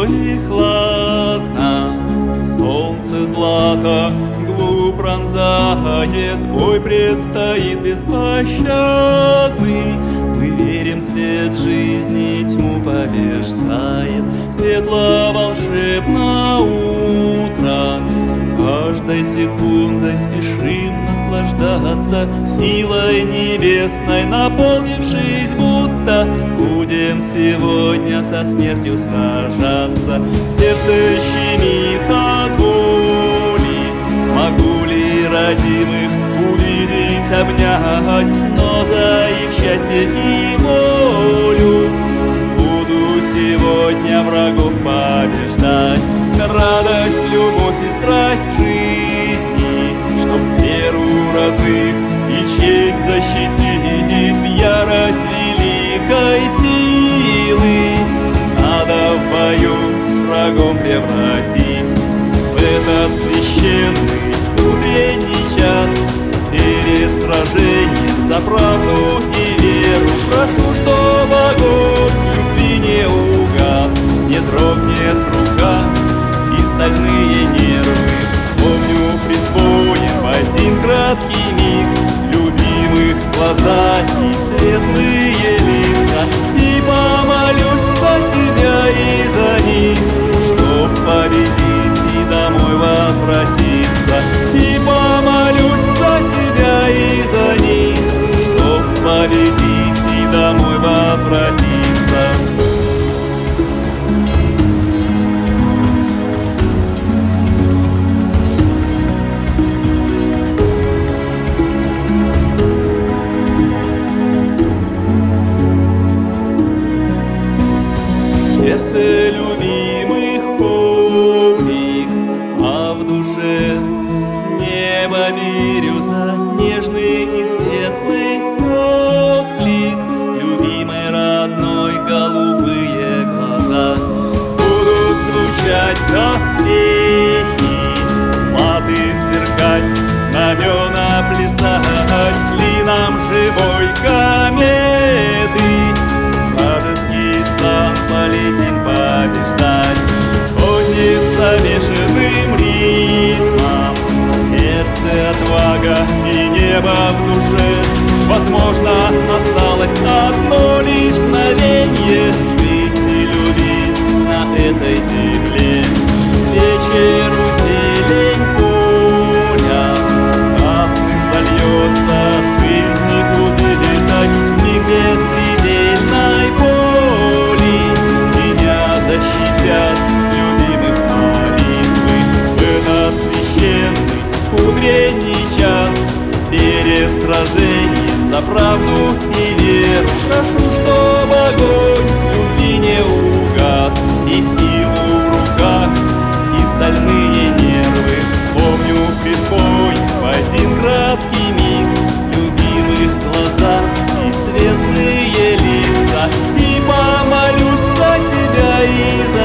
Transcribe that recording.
и хладно, солнце злато глубь пронзает, бой предстоит беспощадный. Мы верим, свет жизни тьму побеждает, светло волшебно утро. Каждой секундой спешим наслаждаться силой небесной, наполнившись будто будем сегодня со смертью сражаться. Сердце щемит от боли, смогу ли родимых увидеть, обнять, но за их счастье и волю буду сегодня врагов побеждать. Радость, любовь и страсть к жизни, чтоб веру родных и честь защитить, в ярость великой силы надо в бою с врагом превратить. В этот священный утренний час перед сражением за правду и веру прошу, чтоб огонь любви не угас, не дрогнет рука и стальные нервы. Вспомню пред боем в один краткий миг любимых глаза и светлые лица, и помолюсь за себя и за них, чтоб победить и домой возвратиться. И помолюсь за себя и за них, чтоб победить и домой возвратиться. Сердце любимых коврик, а в душе небо бирюза, нежный и светлый отклик любимой родной голубые глаза. Будут звучать доспехи, латы сверкать, знамена плясать, клином живой кометы вражеский стан полетим побеждать. Конница бешеным ритмом, в сердце отвага и небо в душе. Возможно, осталось одно лишь мгновенье жить и любить на этой земле. Вечеру зелень поля красным зальется, жизни убежать миг беспредельной боли. Меня защитят любимых молитвы в этот священный утренний час перед сражением за правду и веру. Прошу, чтоб огонь любви не угас, и силу в руках, и стальные нервы. Вспомню пред боем в один краткий миг любимых глаза и светлые лица, и помолюсь за себя и за